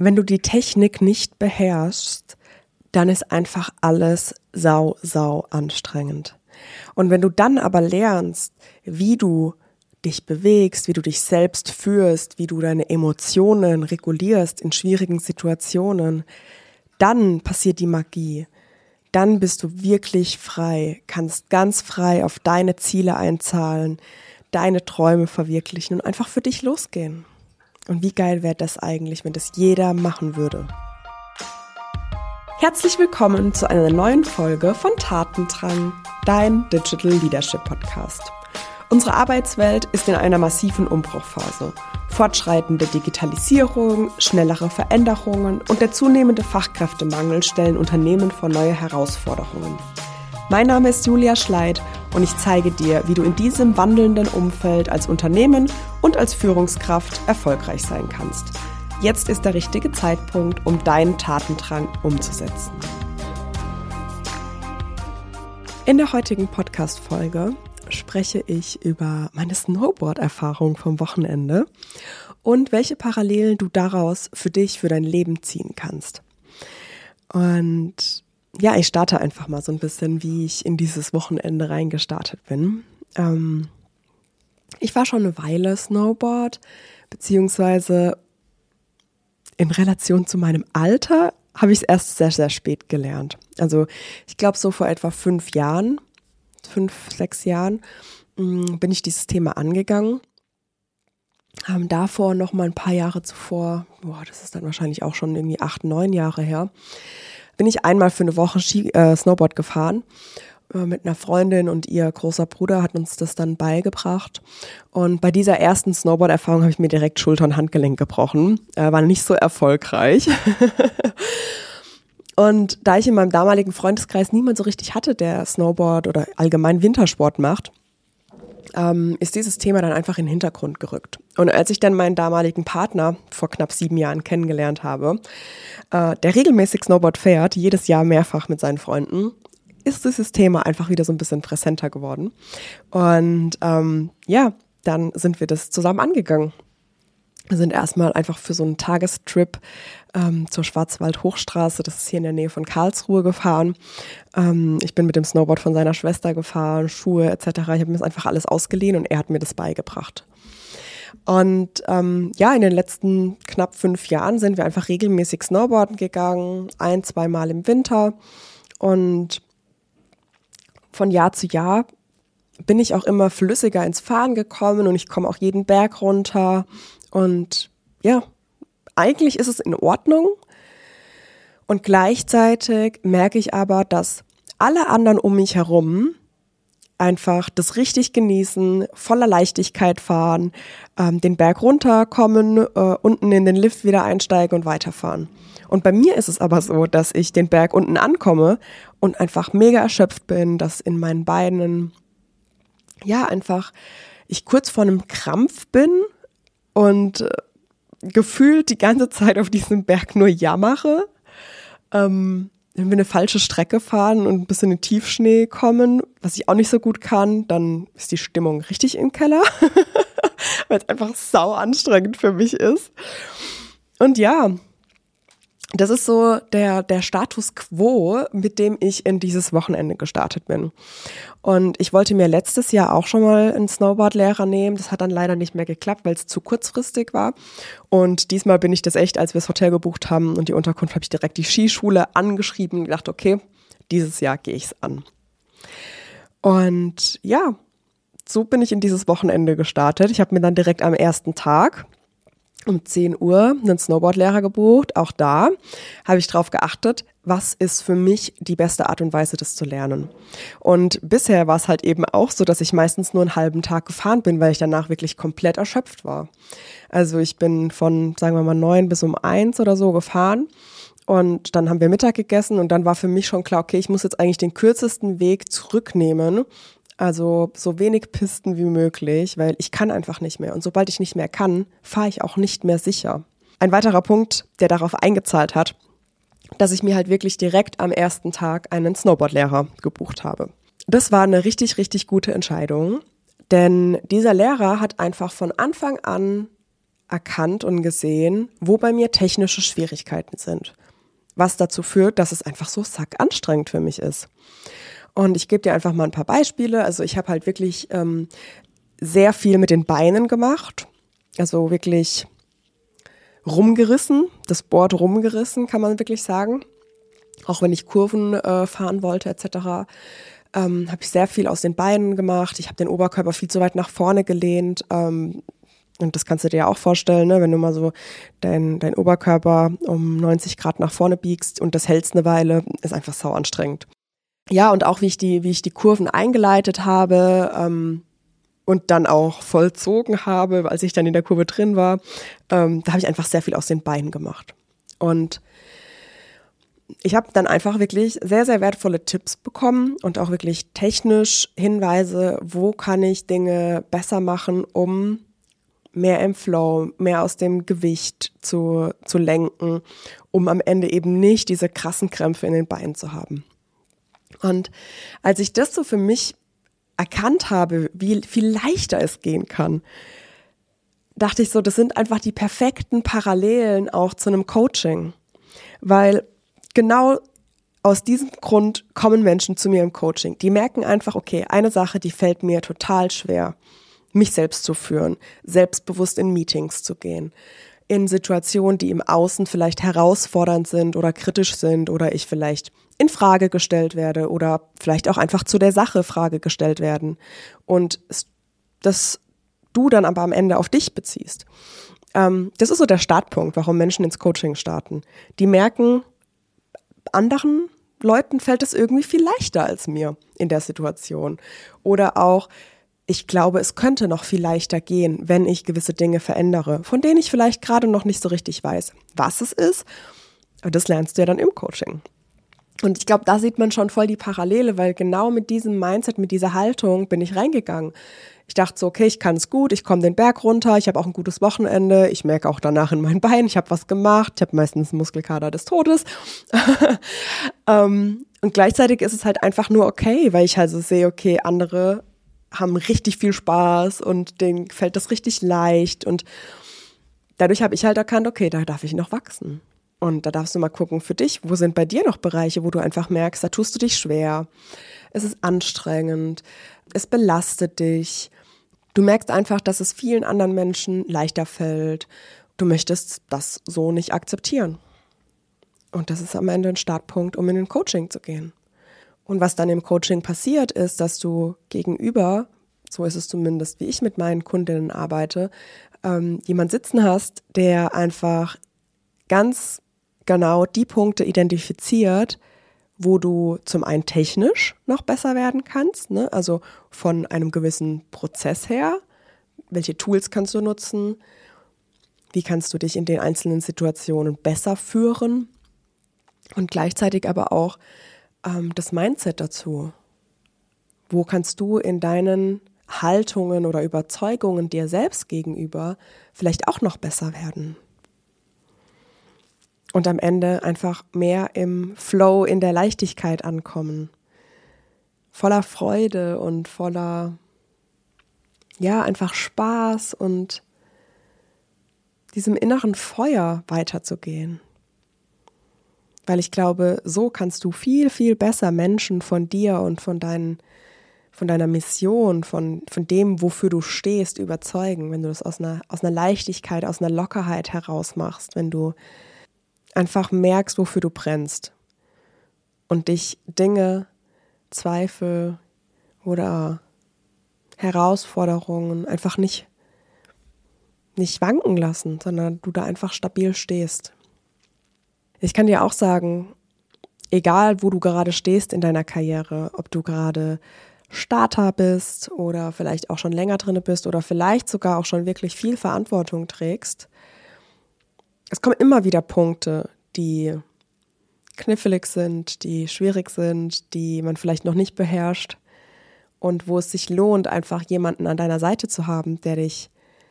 wenn du die Technik nicht beherrschst, dann ist einfach alles sau anstrengend. Und wenn du dann aber lernst, wie du dich bewegst, wie du dich selbst führst, wie du deine Emotionen regulierst in schwierigen Situationen, dann passiert die Magie. Dann bist du wirklich frei, kannst ganz frei auf deine Ziele einzahlen, deine Träume verwirklichen und einfach für dich losgehen. Und wie geil wäre das eigentlich, wenn das jeder machen würde? Herzlich willkommen zu einer neuen Folge von Tatendrang, dein Digital Leadership Podcast. Unsere Arbeitswelt ist in einer massiven Umbruchphase. Fortschreitende Digitalisierung, schnellere Veränderungen und der zunehmende Fachkräftemangel stellen Unternehmen vor neue Herausforderungen. Mein Name ist Julia Schleid und ich zeige dir, wie du in diesem wandelnden Umfeld als Unternehmen und als Führungskraft erfolgreich sein kannst. Jetzt ist der richtige Zeitpunkt, um deinen Tatendrang umzusetzen. In der heutigen Podcast-Folge spreche ich über meine Snowboard-Erfahrung vom Wochenende und welche Parallelen du daraus für dich, für dein Leben ziehen kannst. Und ja, ich starte einfach mal so ein bisschen, wie ich in dieses Wochenende reingestartet bin. Ich war schon eine Weile Snowboard, beziehungsweise in Relation zu meinem Alter habe ich es erst sehr spät gelernt. Also ich glaube so vor etwa 5, 6 Jahren bin ich dieses Thema angegangen. Davor noch mal ein paar Jahre zuvor, das ist dann wahrscheinlich auch schon irgendwie 8, 9 Jahre her, bin ich einmal für eine Woche Snowboard gefahren mit einer Freundin und ihr großer Bruder hat uns das dann beigebracht. Und bei dieser ersten Snowboard-Erfahrung habe ich mir direkt Schulter- und Handgelenk gebrochen. War nicht so erfolgreich. Und da ich in meinem damaligen Freundeskreis niemand so richtig hatte, der Snowboard oder allgemein Wintersport macht, ist dieses Thema dann einfach in den Hintergrund gerückt. Und als ich dann meinen damaligen Partner vor knapp 7 Jahren kennengelernt habe, der regelmäßig Snowboard fährt, jedes Jahr mehrfach mit seinen Freunden, ist dieses Thema einfach wieder so ein bisschen präsenter geworden. Und dann sind wir das zusammen angegangen. Wir sind erstmal einfach für so einen Tagestrip zur Schwarzwald-Hochstraße, das ist hier in der Nähe von Karlsruhe, gefahren. Ich bin mit dem Snowboard von seiner Schwester gefahren, Schuhe etc. Ich habe mir das einfach alles ausgeliehen und er hat mir das beigebracht. Und in den letzten knapp 5 Jahren sind wir einfach regelmäßig Snowboarden gegangen, 1-, 2 Mal im Winter. Und von Jahr zu Jahr bin ich auch immer flüssiger ins Fahren gekommen und ich komme auch jeden Berg runter. Und ja, eigentlich ist es in Ordnung. Und gleichzeitig merke ich aber, dass alle anderen um mich herum einfach das richtig genießen, voller Leichtigkeit fahren, den Berg runterkommen, unten in den Lift wieder einsteigen und weiterfahren. Und bei mir ist es aber so, dass ich den Berg unten ankomme und einfach mega erschöpft bin, dass in meinen Beinen, ich kurz vor einem Krampf bin und gefühlt die ganze Zeit auf diesem Berg nur jammere. Wenn wir eine falsche Strecke fahren und ein bisschen in Tiefschnee kommen, was ich auch nicht so gut kann, dann ist die Stimmung richtig im Keller, weil es einfach sau anstrengend für mich ist. Und ja, das ist so der Status quo, mit dem ich in dieses Wochenende gestartet bin. Und ich wollte mir letztes Jahr auch schon mal einen Snowboardlehrer nehmen. Das hat dann leider nicht mehr geklappt, weil es zu kurzfristig war. Und diesmal bin ich das echt, als wir das Hotel gebucht haben und die Unterkunft, habe ich direkt die Skischule angeschrieben und gedacht, okay, dieses Jahr gehe ich es an. Und ja, so bin ich in dieses Wochenende gestartet. Ich habe mir dann direkt am ersten Tag um 10 Uhr einen Snowboardlehrer gebucht. Auch da habe ich drauf geachtet, was ist für mich die beste Art und Weise, das zu lernen. Und bisher war es halt eben auch so, dass ich meistens nur einen halben Tag gefahren bin, weil ich danach wirklich komplett erschöpft war. Also ich bin von, sagen wir mal, 9 bis um 1 oder so gefahren. Und dann haben wir Mittag gegessen und dann war für mich schon klar, okay, ich muss jetzt eigentlich den kürzesten Weg zurücknehmen. Also so wenig Pisten wie möglich, weil ich kann einfach nicht mehr. Und sobald ich nicht mehr kann, fahre ich auch nicht mehr sicher. Ein weiterer Punkt, der darauf eingezahlt hat, dass ich mir halt wirklich direkt am ersten Tag einen Snowboardlehrer gebucht habe. Das war eine richtig gute Entscheidung, denn dieser Lehrer hat einfach von Anfang an erkannt und gesehen, wo bei mir technische Schwierigkeiten sind. Was dazu führt, dass es einfach so sackanstrengend für mich ist. Und ich gebe dir einfach mal ein paar Beispiele. Also ich habe halt wirklich sehr viel mit den Beinen gemacht. Also wirklich rumgerissen, das Board rumgerissen, kann man wirklich sagen. Auch wenn ich Kurven fahren wollte etc., habe ich sehr viel aus den Beinen gemacht. Ich habe den Oberkörper viel zu weit nach vorne gelehnt. Und das kannst du dir ja auch vorstellen, ne? Wenn du mal so dein Oberkörper um 90 Grad nach vorne biegst und das hältst eine Weile, ist einfach sau anstrengend. Ja, und auch wie ich die Kurven eingeleitet habe und dann auch vollzogen habe, als ich dann in der Kurve drin war, da habe ich einfach sehr viel aus den Beinen gemacht. Und ich habe dann einfach wirklich sehr, sehr wertvolle Tipps bekommen und auch wirklich technisch Hinweise, wo kann ich Dinge besser machen, um mehr im Flow, mehr aus dem Gewicht zu lenken, um am Ende eben nicht diese krassen Krämpfe in den Beinen zu haben. Und als ich das so für mich erkannt habe, wie viel leichter es gehen kann, dachte ich so, das sind einfach die perfekten Parallelen auch zu einem Coaching. Weil genau aus diesem Grund kommen Menschen zu mir im Coaching. Die merken einfach, okay, eine Sache, die fällt mir total schwer, mich selbst zu führen, selbstbewusst in Meetings zu gehen, in Situationen, die im Außen vielleicht herausfordernd sind oder kritisch sind oder ich vielleicht in Frage gestellt werde oder vielleicht auch einfach zu der Sache Frage gestellt werden und das du dann aber am Ende auf dich beziehst. Das ist so der Startpunkt, warum Menschen ins Coaching starten. Die merken, anderen Leuten fällt es irgendwie viel leichter als mir in der Situation. Oder auch, ich glaube, es könnte noch viel leichter gehen, wenn ich gewisse Dinge verändere, von denen ich vielleicht gerade noch nicht so richtig weiß, was es ist. Aber das lernst du ja dann im Coaching. Und ich glaube, da sieht man schon voll die Parallele, weil genau mit diesem Mindset, mit dieser Haltung bin ich reingegangen. Ich dachte so, okay, ich kann es gut, ich komme den Berg runter, ich habe auch ein gutes Wochenende, ich merke auch danach in meinen Beinen, ich habe was gemacht, ich habe meistens einen Muskelkater des Todes. Und gleichzeitig ist es halt einfach nur okay, weil ich halt so sehe, okay, andere haben richtig viel Spaß und denen fällt das richtig leicht und dadurch habe ich halt erkannt, okay, da darf ich noch wachsen. Und da darfst du mal gucken für dich, wo sind bei dir noch Bereiche, wo du einfach merkst, da tust du dich schwer, es ist anstrengend, es belastet dich. Du merkst einfach, dass es vielen anderen Menschen leichter fällt. Du möchtest das so nicht akzeptieren. Und das ist am Ende ein Startpunkt, um in ein Coaching zu gehen. Und was dann im Coaching passiert, ist, dass du gegenüber, so ist es zumindest, wie ich mit meinen Kundinnen arbeite, jemand sitzen hast, der einfach ganz genau die Punkte identifiziert, wo du zum einen technisch noch besser werden kannst, ne? Also von einem gewissen Prozess her, welche Tools kannst du nutzen, wie kannst du dich in den einzelnen Situationen besser führen und gleichzeitig aber auch das Mindset dazu. Wo kannst du in deinen Haltungen oder Überzeugungen dir selbst gegenüber vielleicht auch noch besser werden? Und am Ende einfach mehr im Flow, in der Leichtigkeit ankommen. Voller Freude und voller, ja, einfach Spaß und diesem inneren Feuer weiterzugehen. Weil ich glaube, so kannst du viel, viel besser Menschen von dir und von deiner Mission, von dem, wofür du stehst, überzeugen, wenn du das aus einer Leichtigkeit, aus einer Lockerheit heraus machst, wenn du einfach merkst, wofür du brennst und dich Dinge, Zweifel oder Herausforderungen einfach nicht wanken lassen, sondern du da einfach stabil stehst. Ich kann dir auch sagen, egal wo du gerade stehst in deiner Karriere, ob du gerade Starter bist oder vielleicht auch schon länger drin bist oder vielleicht sogar auch schon wirklich viel Verantwortung trägst, es kommen immer wieder Punkte, die knifflig sind, die schwierig sind, die man vielleicht noch nicht beherrscht und wo es sich lohnt, einfach jemanden an deiner Seite zu haben, der dich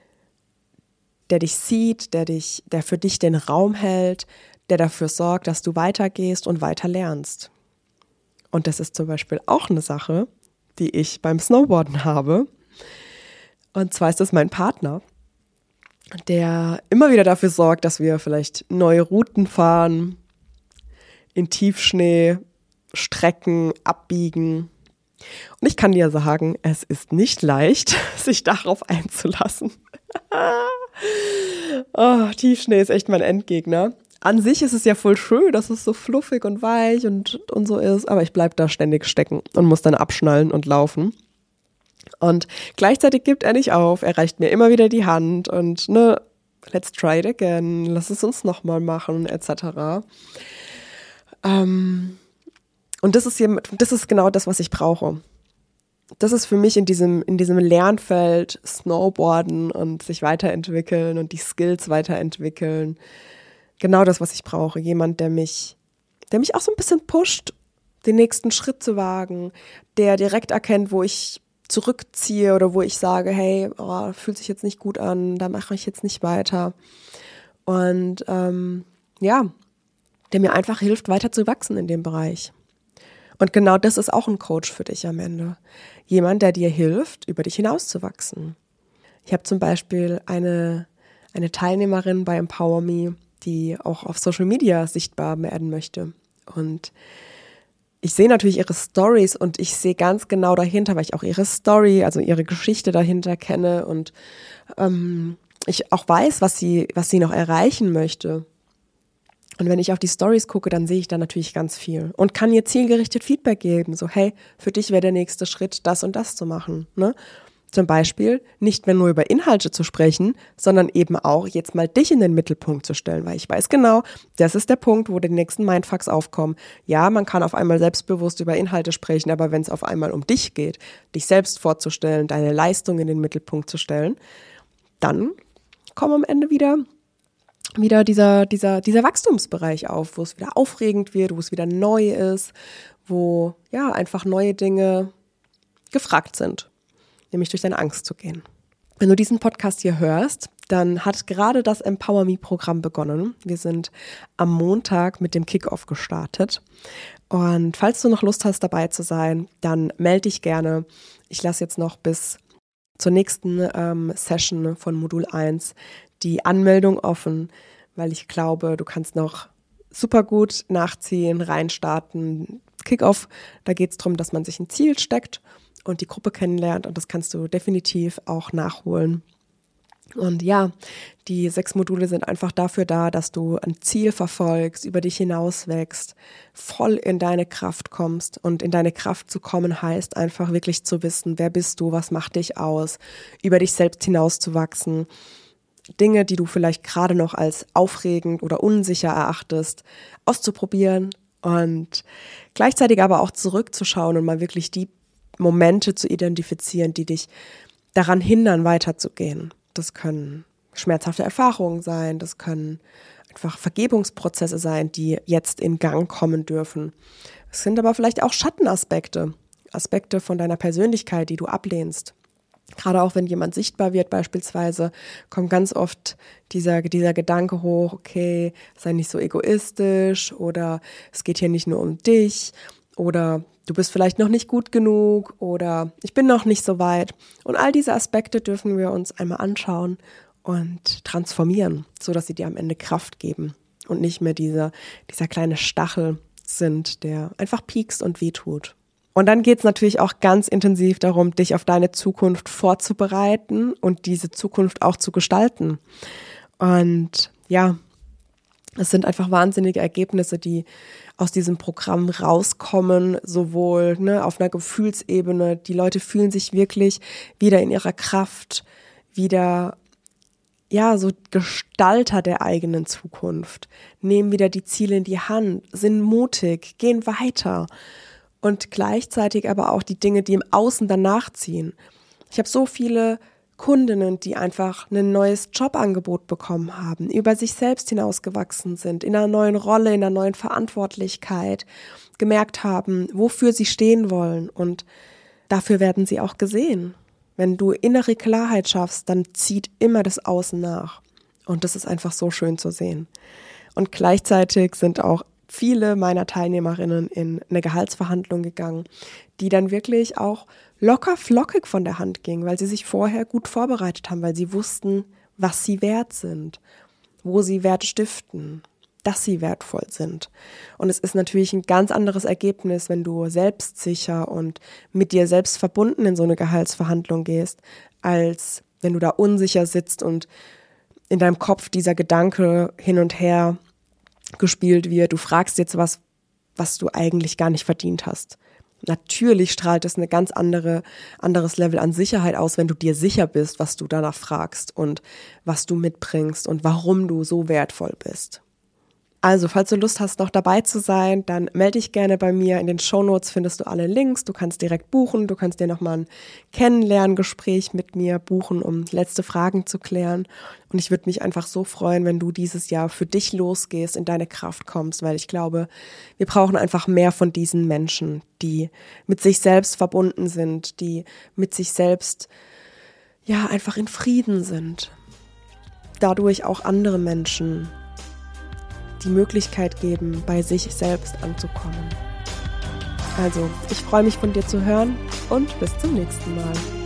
sieht, der für dich den Raum hält, der dafür sorgt, dass du weitergehst und weiter lernst. Und das ist zum Beispiel auch eine Sache, die ich beim Snowboarden habe. Und zwar ist das mein Partner. der immer wieder dafür sorgt, dass wir vielleicht neue Routen fahren, in Tiefschnee, Strecken, abbiegen. Und ich kann dir sagen, es ist nicht leicht, sich darauf einzulassen. Oh, Tiefschnee ist echt mein Endgegner. An sich ist es ja voll schön, dass es so fluffig und weich und so ist, aber ich bleibe da ständig stecken und muss dann abschnallen und laufen. Und gleichzeitig gibt er nicht auf, er reicht mir immer wieder die Hand und let's try it again, lass es uns nochmal machen, etc. Und das ist genau das, was ich brauche. Das ist für mich in diesem Lernfeld Snowboarden und sich weiterentwickeln und die Skills weiterentwickeln. Genau das, was ich brauche. Jemand, der mich auch so ein bisschen pusht, den nächsten Schritt zu wagen, der direkt erkennt, wo ich zurückziehe oder wo ich sage, hey, fühlt sich jetzt nicht gut an, da mache ich jetzt nicht weiter. Und der mir einfach hilft, weiter zu wachsen in dem Bereich. Und genau das ist auch ein Coach für dich am Ende. Jemand, der dir hilft, über dich hinauszuwachsen. Ich habe zum Beispiel eine Teilnehmerin bei Empower Me, die auch auf Social Media sichtbar werden möchte. Und ich sehe natürlich ihre Stories und ich sehe ganz genau dahinter, weil ich auch ihre Story, also ihre Geschichte dahinter kenne und ich auch weiß, was sie noch erreichen möchte. Und wenn ich auf die Stories gucke, dann sehe ich da natürlich ganz viel und kann ihr zielgerichtet Feedback geben. So, hey, für dich wäre der nächste Schritt, das und das zu machen. Ne? Zum Beispiel nicht mehr nur über Inhalte zu sprechen, sondern eben auch jetzt mal dich in den Mittelpunkt zu stellen, weil ich weiß genau, das ist der Punkt, wo die nächsten Mindfucks aufkommen. Ja, man kann auf einmal selbstbewusst über Inhalte sprechen, aber wenn es auf einmal um dich geht, dich selbst vorzustellen, deine Leistung in den Mittelpunkt zu stellen, dann kommen am Ende wieder dieser Wachstumsbereich auf, wo es wieder aufregend wird, wo es wieder neu ist, wo ja einfach neue Dinge gefragt sind, nämlich durch deine Angst zu gehen. Wenn du diesen Podcast hier hörst, dann hat gerade das Empower Me Programm begonnen. Wir sind am Montag mit dem Kickoff gestartet. Und falls du noch Lust hast, dabei zu sein, dann melde dich gerne. Ich lasse jetzt noch bis zur nächsten Session von Modul 1 die Anmeldung offen, weil ich glaube, du kannst noch super gut nachziehen, reinstarten. Kickoff, da geht es darum, dass man sich ein Ziel steckt und die Gruppe kennenlernt und das kannst du definitiv auch nachholen. Und ja, die 6 Module sind einfach dafür da, dass du ein Ziel verfolgst, über dich hinaus wächst, voll in deine Kraft kommst. Und in deine Kraft zu kommen heißt einfach wirklich zu wissen, wer bist du, was macht dich aus, über dich selbst hinaus zu wachsen. Dinge, die du vielleicht gerade noch als aufregend oder unsicher erachtest, auszuprobieren und gleichzeitig aber auch zurückzuschauen und mal wirklich die Momente zu identifizieren, die dich daran hindern, weiterzugehen. Das können schmerzhafte Erfahrungen sein, das können einfach Vergebungsprozesse sein, die jetzt in Gang kommen dürfen. Es sind aber vielleicht auch Schattenaspekte, Aspekte von deiner Persönlichkeit, die du ablehnst. Gerade auch wenn jemand sichtbar wird beispielsweise, kommt ganz oft dieser Gedanke hoch, okay, sei nicht so egoistisch oder es geht hier nicht nur um dich oder du bist vielleicht noch nicht gut genug oder ich bin noch nicht so weit. Und all diese Aspekte dürfen wir uns einmal anschauen und transformieren, sodass sie dir am Ende Kraft geben und nicht mehr dieser kleine Stachel sind, der einfach piekst und wehtut. Und dann geht es natürlich auch ganz intensiv darum, dich auf deine Zukunft vorzubereiten und diese Zukunft auch zu gestalten. Und ja, es sind einfach wahnsinnige Ergebnisse, die aus diesem Programm rauskommen, sowohl auf einer Gefühlsebene. Die Leute fühlen sich wirklich wieder in ihrer Kraft, wieder so Gestalter der eigenen Zukunft, nehmen wieder die Ziele in die Hand, sind mutig, gehen weiter. Und gleichzeitig aber auch die Dinge, die im Außen danach ziehen. Ich habe so viele Kundinnen, die einfach ein neues Jobangebot bekommen haben, über sich selbst hinausgewachsen sind, in einer neuen Rolle, in einer neuen Verantwortlichkeit, gemerkt haben, wofür sie stehen wollen. Und dafür werden sie auch gesehen. Wenn du innere Klarheit schaffst, dann zieht immer das Außen nach. Und das ist einfach so schön zu sehen. Und gleichzeitig sind auch viele meiner Teilnehmerinnen in eine Gehaltsverhandlung gegangen, die dann wirklich auch locker flockig von der Hand ging, weil sie sich vorher gut vorbereitet haben, weil sie wussten, was sie wert sind, wo sie Wert stiften, dass sie wertvoll sind. Und es ist natürlich ein ganz anderes Ergebnis, wenn du selbstsicher und mit dir selbst verbunden in so eine Gehaltsverhandlung gehst, als wenn du da unsicher sitzt und in deinem Kopf dieser Gedanke hin und her gespielt wird. Du fragst jetzt was du eigentlich gar nicht verdient hast. Natürlich strahlt es eine ganz anderes Level an Sicherheit aus, wenn du dir sicher bist, was du danach fragst und was du mitbringst und warum du so wertvoll bist. Also, falls du Lust hast, noch dabei zu sein, dann melde dich gerne bei mir. In den Shownotes findest du alle Links. Du kannst direkt buchen. Du kannst dir nochmal ein Kennenlerngespräch mit mir buchen, um letzte Fragen zu klären. Und ich würde mich einfach so freuen, wenn du dieses Jahr für dich losgehst, in deine Kraft kommst, weil ich glaube, wir brauchen einfach mehr von diesen Menschen, die mit sich selbst verbunden sind, die mit sich selbst ja einfach in Frieden sind. Dadurch auch andere Menschen die Möglichkeit geben, bei sich selbst anzukommen. Also, ich freue mich, von dir zu hören und bis zum nächsten Mal.